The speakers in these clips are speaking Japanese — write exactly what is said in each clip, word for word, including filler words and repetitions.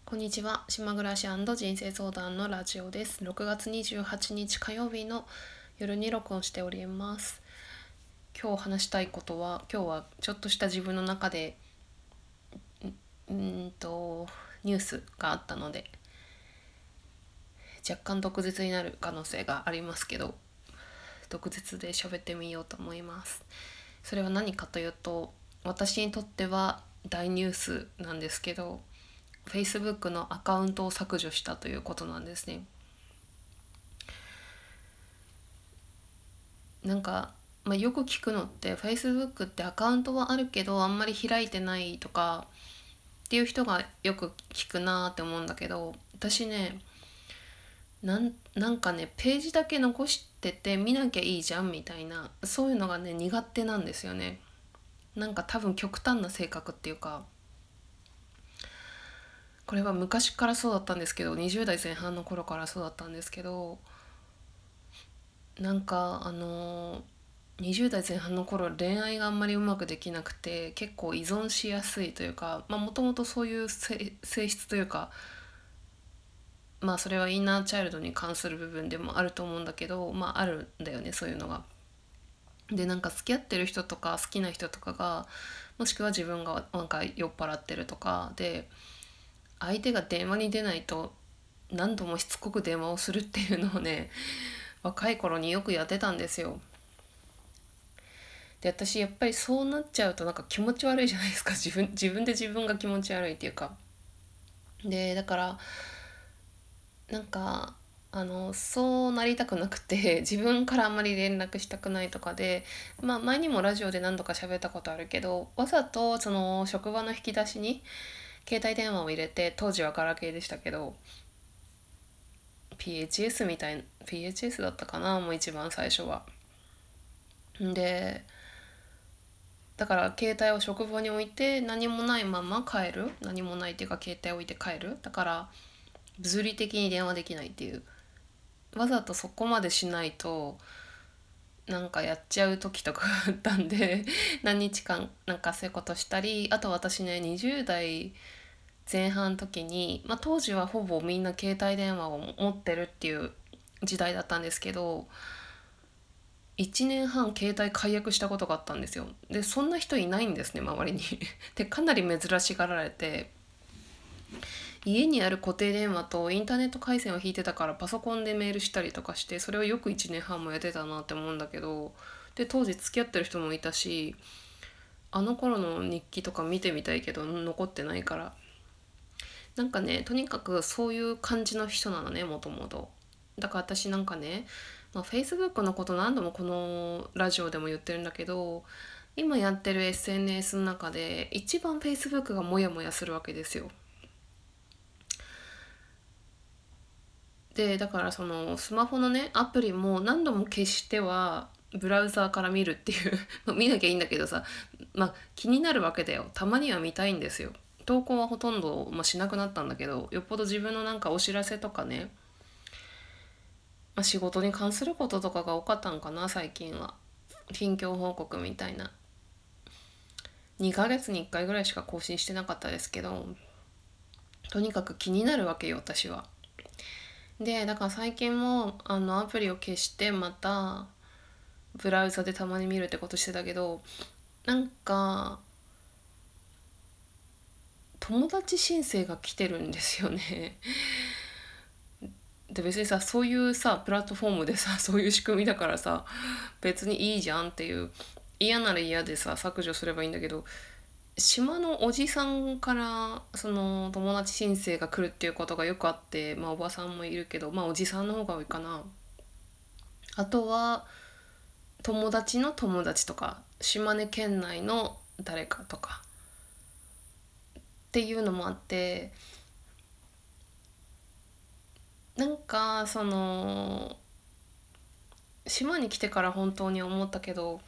こんにちは。島暮らし人生相談のラジオです。ろくがつにじゅうはちにち火曜日の夜に録音しております。今日話したいことは、今日はちょっとした自分の中でんんとニュースがあったので、若干毒舌になる可能性がありますけど、毒舌で喋ってみようと思います。それは何かというと、私にとっては大ニュースなんですけど、Facebook のアカウントを削除したということなんですね。なんか、まあ、よく聞くのって Facebook ってアカウントはあるけどあんまり開いてないとかっていう人がよく聞くなーって思うんだけど、私ね、なんなんかねページだけ残してて見なきゃいいじゃんみたいな、そういうのがね苦手なんですよね。なんか多分極端な性格っていうか、これは昔からそうだったんですけど、にじゅう代前半の頃からそうだったんですけど、なんかあのにじゅう代前半の頃恋愛があんまりうまくできなくて、結構依存しやすいというか、まあもともとそういう性質というか、まあそれはインナーチャイルドに関する部分でもあると思うんだけど、まああるんだよね、そういうのが。で、なんか付き合ってる人とか好きな人とかが、もしくは自分がなんか酔っ払ってるとかで、相手が電話に出ないと何度もしつこく電話をするっていうのをね、若い頃によくやってたんですよ。で、私やっぱりそうなっちゃうとなんか気持ち悪いじゃないですか。自分自分で自分が気持ち悪いっていうか。でだからなんかあのそうなりたくなくて、自分からあんまり連絡したくないとかで、まあ前にもラジオで何度か喋ったことあるけど、わざとその職場の引き出しに携帯電話を入れて、当時はガラケーでしたけど ピーエイチエス みたいな ピーエイチエス だったかな、もう一番最初は。でだから携帯を職場に置いて何もないまま帰る、何もないっていうか携帯置いて帰る、だから物理的に電話できないっていう、わざとそこまでしないとなんかやっちゃう時とかあったんで何日間なんかそういうことしたり、あと私ねにじゅう代前半の時に、まあ、当時はほぼみんな携帯電話を持ってるっていう時代だったんですけど、いちねんはん携帯解約したことがあったんですよ。でそんな人いないんですね、周りにでかなり珍しがられて、家にある固定電話とインターネット回線を引いてたからパソコンでメールしたりとかして、それをよくいちねんはんもやってたなって思うんだけど、で当時付き合ってる人もいたし、あの頃の日記とか見てみたいけど残ってないから、なんかねとにかくそういう感じの人なのね、もともと。だから私なんかね、まあ、Facebook のこと何度もこのラジオでも言ってるんだけど、今やってる エスエヌエス の中で一番 Facebook がモヤモヤするわけですよ。でだからそのスマホのねアプリも何度も消してはブラウザーから見るっていう見なきゃいいんだけどさ、まあ気になるわけだよ、たまには見たいんですよ。投稿はほとんど、まあ、しなくなったんだけど、よっぽど自分のなんかお知らせとかね、まあ、仕事に関することとかが多かったのかな最近は。近況報告みたいな、にかげつにいっかいぐらいしか更新してなかったですけど、とにかく気になるわけよ私は。でだから最近もあのアプリを消してまたブラウザでたまに見るってことしてたけど、なんか友達申請が来てるんですよね。で別にさ、そういうさプラットフォームでさそういう仕組みだからさ別にいいじゃんっていう、嫌なら嫌でさ削除すればいいんだけど、島のおじさんからその友達申請が来るっていうことがよくあって、まあおばさんもいるけど、まあおじさんの方が多いかな。あとは友達の友達とか島根県内の誰かとかっていうのもあって、なんかその島に来てから本当に思ったけど、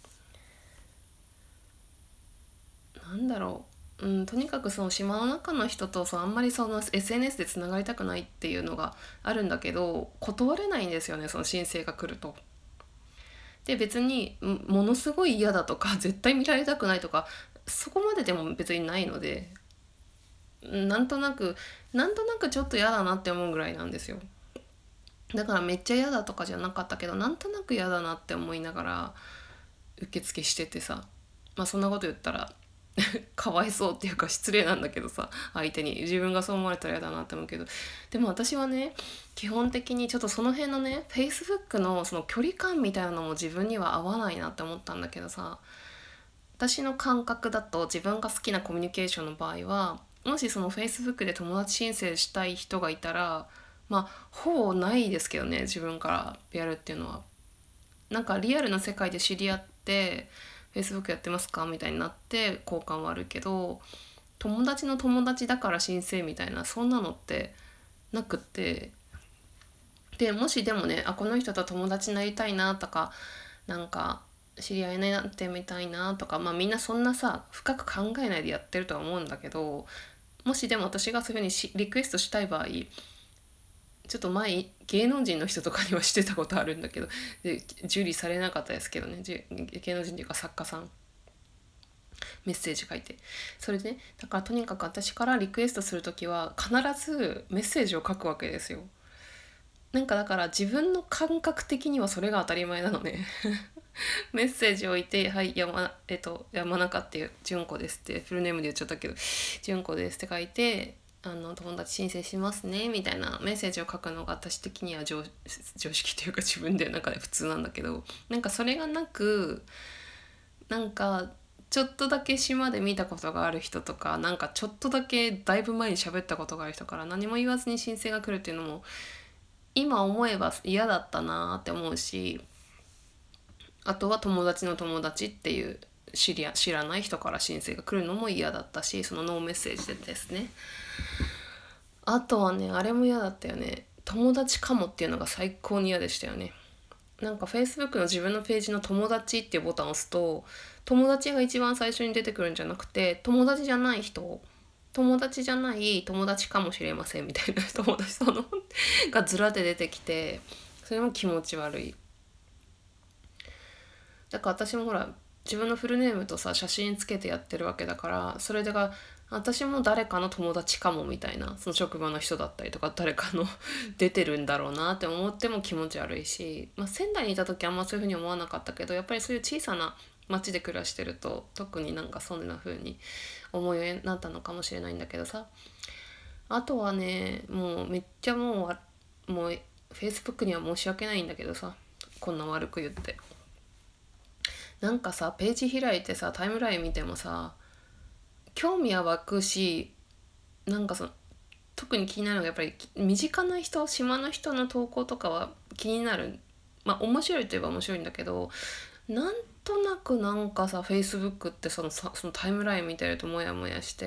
なんだろう、うん、とにかくその島の中の人とそのあんまりその エスエヌエス でつながりたくないっていうのがあるんだけど、断れないんですよね、その申請が来ると。で別にものすごい嫌だとか絶対見られたくないとかそこまででも別にないので、 なんとなくなんとなくちょっと嫌だなって思うぐらいなんですよ。だからめっちゃ嫌だとかじゃなかったけど、なんとなく嫌だなって思いながら受付しててさ、まあそんなこと言ったらかわいそうっていうか失礼なんだけどさ、相手に自分がそう思われたら嫌だなって思うけど、でも私はね、基本的にちょっとその辺のね Facebook のその距離感みたいなのも自分には合わないなって思ったんだけどさ、私の感覚だと自分が好きなコミュニケーションの場合は、もしその Facebook で友達申請したい人がいたら、まあほぼないですけどね、自分からやるっていうのは。なんかリアルな世界で知り合って Facebook やってますかみたいになって交換はあるけど、友達の友達だから申請みたいなそんなのってなくって、でもしでもね、あこの人と友達になりたいなとか、なんか知り合いになってみたいなとか、まあみんなそんなさ深く考えないでやってるとは思うんだけど、もしでも私がそういうふうにしリクエストしたい場合、ちょっと前芸能人の人とかにはしてたことあるんだけど、で受理されなかったですけどね、芸能人っていうか作家さんメッセージ書いて、それでね、だからとにかく私からリクエストするときは必ずメッセージを書くわけですよ。なんかだから自分の感覚的にはそれが当たり前なのね。メッセージを置いて「はい山,、えっと、山中っていう純子です」ってフルネームで言っちゃったけど「純子です」って書いて、あの友達申請しますねみたいなメッセージを書くのが私的には 常, 常識というか自分でなんか、ね、普通なんだけど、なんかそれがなく、なんかちょっとだけ島で見たことがある人とか、なんかちょっとだけだいぶ前に喋ったことがある人から何も言わずに申請が来るっていうのも今思えば嫌だったなって思うし、あとは友達の友達っていう知り知らない人から申請が来るのも嫌だったし、そのノーメッセージでですね。あとはね、あれも嫌だったよね、友達かもっていうのが最高に嫌でしたよね。なんか Facebook の自分のページの友達っていうボタンを押すと、友達が一番最初に出てくるんじゃなくて、友達じゃない人、友達じゃない友達かもしれませんみたいな友達そのがずらで出てきて、それも気持ち悪い。だから私もほら自分のフルネームとさ写真つけてやってるわけだから、それが私も誰かの友達かもみたいな、その職場の人だったりとか誰かの出てるんだろうなって思っても気持ち悪いし、まあ、仙台にいた時あんまそういうふうに思わなかったけど、やっぱりそういう小さな町で暮らしてると特になんかそんな風に思いになったのかもしれないんだけどさ。あとはね、もうめっちゃもうもう Facebook には申し訳ないんだけどさ、こんな悪く言って、なんかさページ開いてさタイムライン見てもさ興味は湧くし、なんかその特に気になるのがやっぱり身近な人、島の人の投稿とかは気になる。まあ面白いといえば面白いんだけど、なんとなくなんかさ Facebook ってそのさそのタイムライン見てるとモヤモヤして、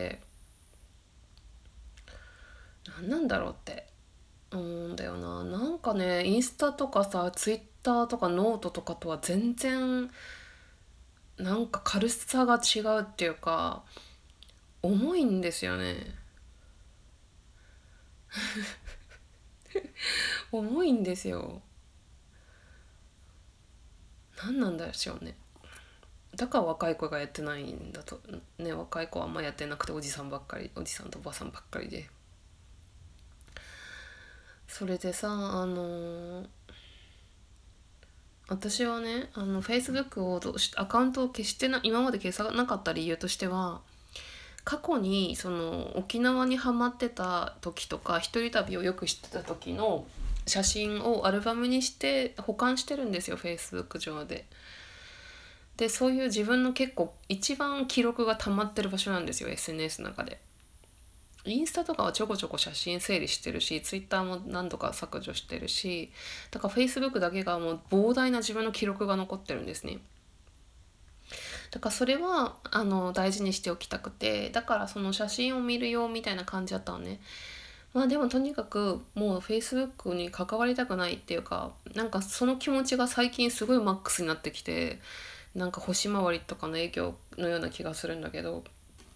何なんだろうって思うんだよな。なんかねインスタとかさツイッターとかノートとかとは全然なんか軽さが違うっていうか重いんですよね。重いんですよ。何なんでしょうね。だから若い子がやってないんだとね。若い子はあんまやってなくておじさんばっかり、おじさんとおばさんばっかりで、それでさ、あのー私はね、あの Facebook をどうしアカウントを消してな今まで消さなかった理由としては、過去にその沖縄にハマってた時とか一人旅をよくしてた時の写真をアルバムにして保管してるんですよ、 Facebook 上で。でそういう自分の結構一番記録が溜まってる場所なんですよ、 エスエヌエス の中で。インスタとかはちょこちょこ写真整理してるし、ツイッターも何度か削除してるし、だから Facebook だけがもう膨大な自分の記録が残ってるんですね。だからそれはあの大事にしておきたくて、だからその写真を見るよみたいな感じだったのね。まあでもとにかくもう Facebook に関わりたくないっていうか、なんかその気持ちが最近すごいマックスになってきて、なんか星回りとかの影響のような気がするんだけど、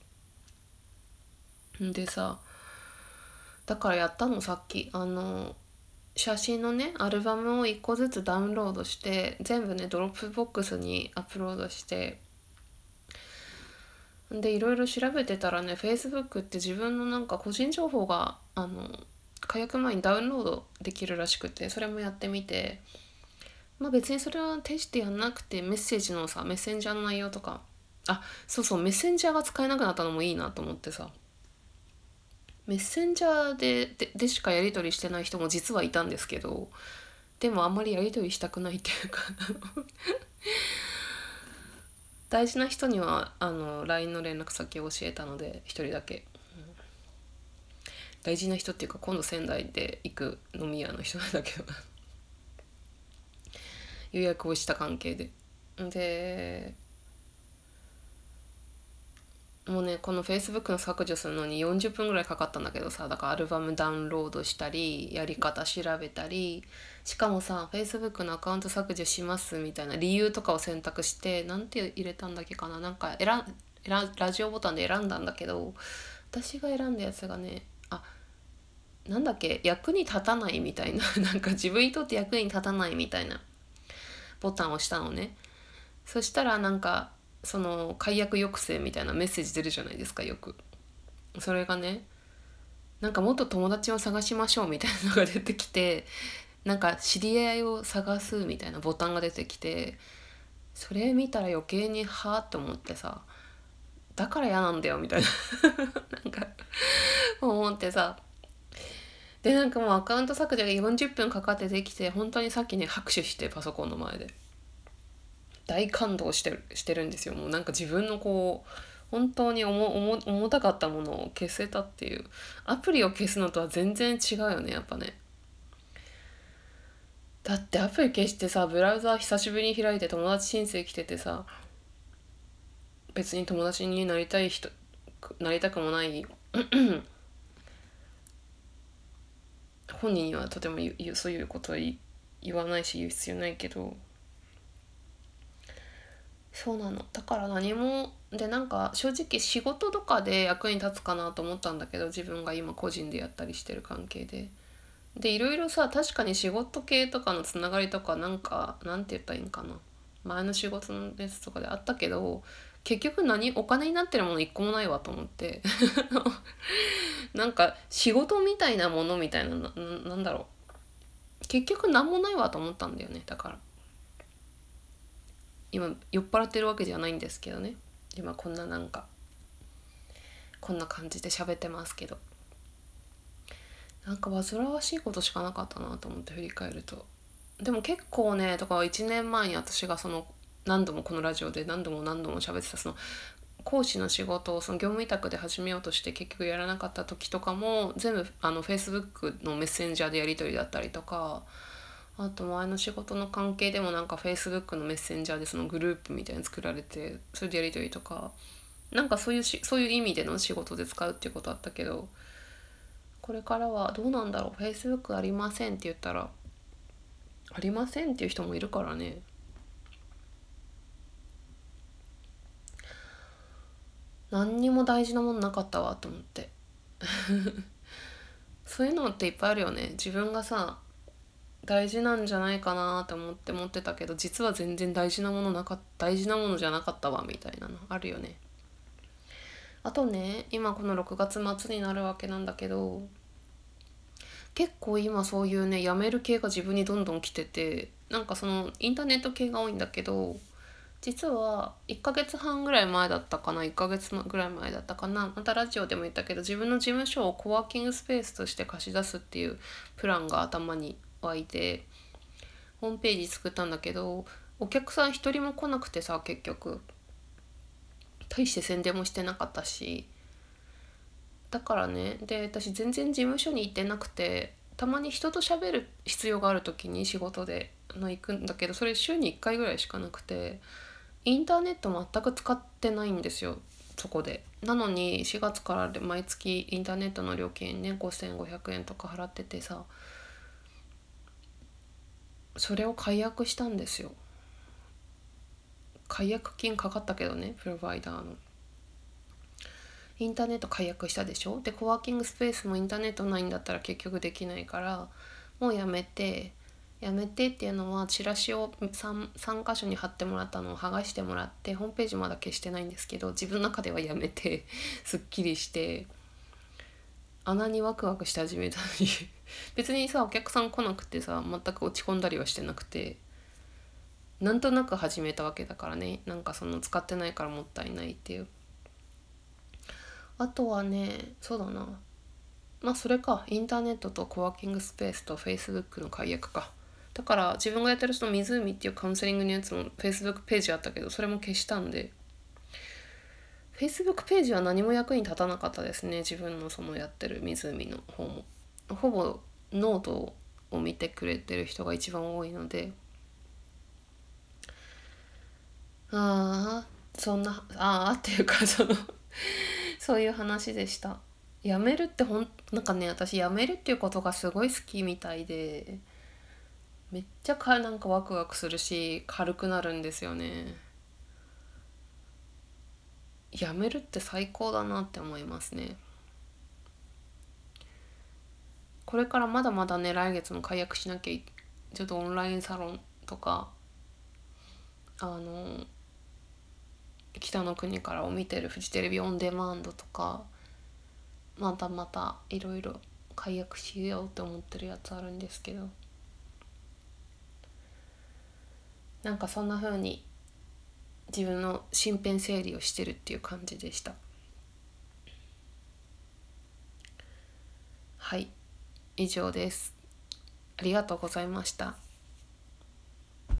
でさ、だからやったのさっき、あの写真のねアルバムをいっこずつダウンロードして全部ねドロップボックスにアップロードして、 でいろいろ調べてたらね、 Facebook って自分のなんか個人情報があの解約前にダウンロードできるらしくて、それもやってみて、まあ別にそれは手してやんなくて、メッセージのさ、メッセンジャーの内容とか、あ、そうそう、メッセンジャーが使えなくなったのもいいなと思ってさ、メッセンジャーでででしかやり取りしてない人も実はいたんですけど、でもあんまりやり取りしたくないっていうか大事な人にはあの ライン の連絡先を教えたので、一人だけ、大事な人っていうか今度仙台で行く飲み屋の人なんだけど予約をした関係で、でもうね、この Facebook の削除するのによんじゅっぷんぐらいかかったんだけどさ、だからアルバムダウンロードしたり、やり方調べたり、しかもさ、Facebook のアカウント削除しますみたいな理由とかを選択して、なんて入れたんだっけかな、なんか選ん選ラジオボタンで選んだんだけど、私が選んだやつがね、あ、なんだっけ、役に立たないみたいななんか自分にとって役に立たないみたいなボタンを押したのね。そしたらなんかその解約抑制みたいなメッセージ出るじゃないですか、よく。それがね、なんかもっと友達を探しましょうみたいなのが出てきて、なんか知り合いを探すみたいなボタンが出てきて、それ見たら余計にはあって思ってさ、だから嫌なんだよみたいななんか思ってさ、でなんかもうアカウント削除がよんじゅっぷんかかってできて、本当にさっきね拍手して、パソコンの前で大感動してるしてるんですよ。もうなんか自分のこう本当に重重重たかったものを消せたっていう。アプリを消すのとは全然違うよね、やっぱね。だってアプリ消してさ、ブラウザ久しぶりに開いて友達申請来ててさ、別に友達になりたい人、なりたくもない本人にはとてもそういうことは言わないし言う必要ないけど、そうなの。だから何もで、なんか正直仕事とかで役に立つかなと思ったんだけど、自分が今個人でやったりしてる関係で、でいろいろさ、確かに仕事系とかのつながりとか、なんかなんて言ったらいいんかな、前の仕事のやつとかであったけど、結局何お金になってるもの一個もないわと思ってなんか仕事みたいなものみたいな、な、なんだろう、結局何もないわと思ったんだよね。だから今酔っ払ってるわけじゃないんですけどね、今こんななんかこんな感じで喋ってますけど、なんか煩わしいことしかなかったなと思って振り返ると。でも結構ね、とかいちねんまえに私がその何度もこのラジオで何度も何度も喋ってたその講師の仕事をその業務委託で始めようとして結局やらなかった時とかも、全部あの Facebook のメッセンジャーでやり取りだったりとか、あと前の仕事の関係でもなんか Facebook のメッセンジャーでそのグループみたいに作られて、それでやり取りとか、なんかそういうしそういう意味での仕事で使うっていうことあったけど、これからはどうなんだろう。 Facebook ありませんって言ったらありませんっていう人もいるからね。何にも大事なものなかったわと思ってそういうのっていっぱいあるよね。自分がさ大事なんじゃないかなって思って持ってたけど、実は全然大事なものなかった大事なものじゃなかったわみたいなのあるよね。あとね、今このろくがつ末になるわけなんだけど、結構今そういうねやめる系が自分にどんどん来てて、なんかそのインターネット系が多いんだけど、実はいっかげつはんぐらい前だったかな、いっかげつぐらい前だったかな、またラジオでも言ったけど、自分の事務所をコワーキングスペースとして貸し出すっていうプランが頭に湧いて、ホームページ作ったんだけど、お客さん一人も来なくてさ、結局大して宣伝もしてなかったし、だからね、で私全然事務所に行ってなくて、たまに人と喋る必要がある時に仕事での行くんだけど、それ週にいっかいぐらいしかなくて、インターネット全く使ってないんですよ、そこで。なのにしがつからで毎月インターネットの料金ねごせんごひゃくえんとか払っててさ、それを解約したんですよ。解約金かかったけどね、プロバイダーの。インターネット解約したでしょ。でコワーキングスペースもインターネットないんだったら結局できないから、もうやめて、 やめてっていうのはチラシを 3, 3箇所に貼ってもらったのを剥がしてもらって、ホームページまだ消してないんですけど、自分の中ではやめてすっきりして、穴にワクワクし始めたのに別にさお客さん来なくてさ全く落ち込んだりはしてなくて、なんとなく始めたわけだからね。なんかその使ってないからもったいないっていう。あとはね、そうだな、まあそれか、インターネットとコワーキングスペースとフェイスブックの解約か。だから自分がやってるその湖っていうカウンセリングのやつもフェイスブックページあったけど、それも消したんで、フェイスブックページは何も役に立たなかったですね。自分のそのやってる湖の方もほぼノートを見てくれてる人が一番多いので、ああそんなああっていうかそのそういう話でした。辞めるってほんなんかね、私辞めるっていうことがすごい好きみたいで、めっちゃかなんかワクワクするし軽くなるんですよね。辞めるって最高だなって思いますね。これからまだまだね、来月も解約しなきゃいちょっとオンラインサロンとか、あの北の国からを見てるフジテレビオンデマンドとか、またまたいろいろ解約しようって思ってるやつあるんですけど、なんかそんな風に自分の身辺整理をしてるっていう感じでした。はい、以上です。ありがとうございました。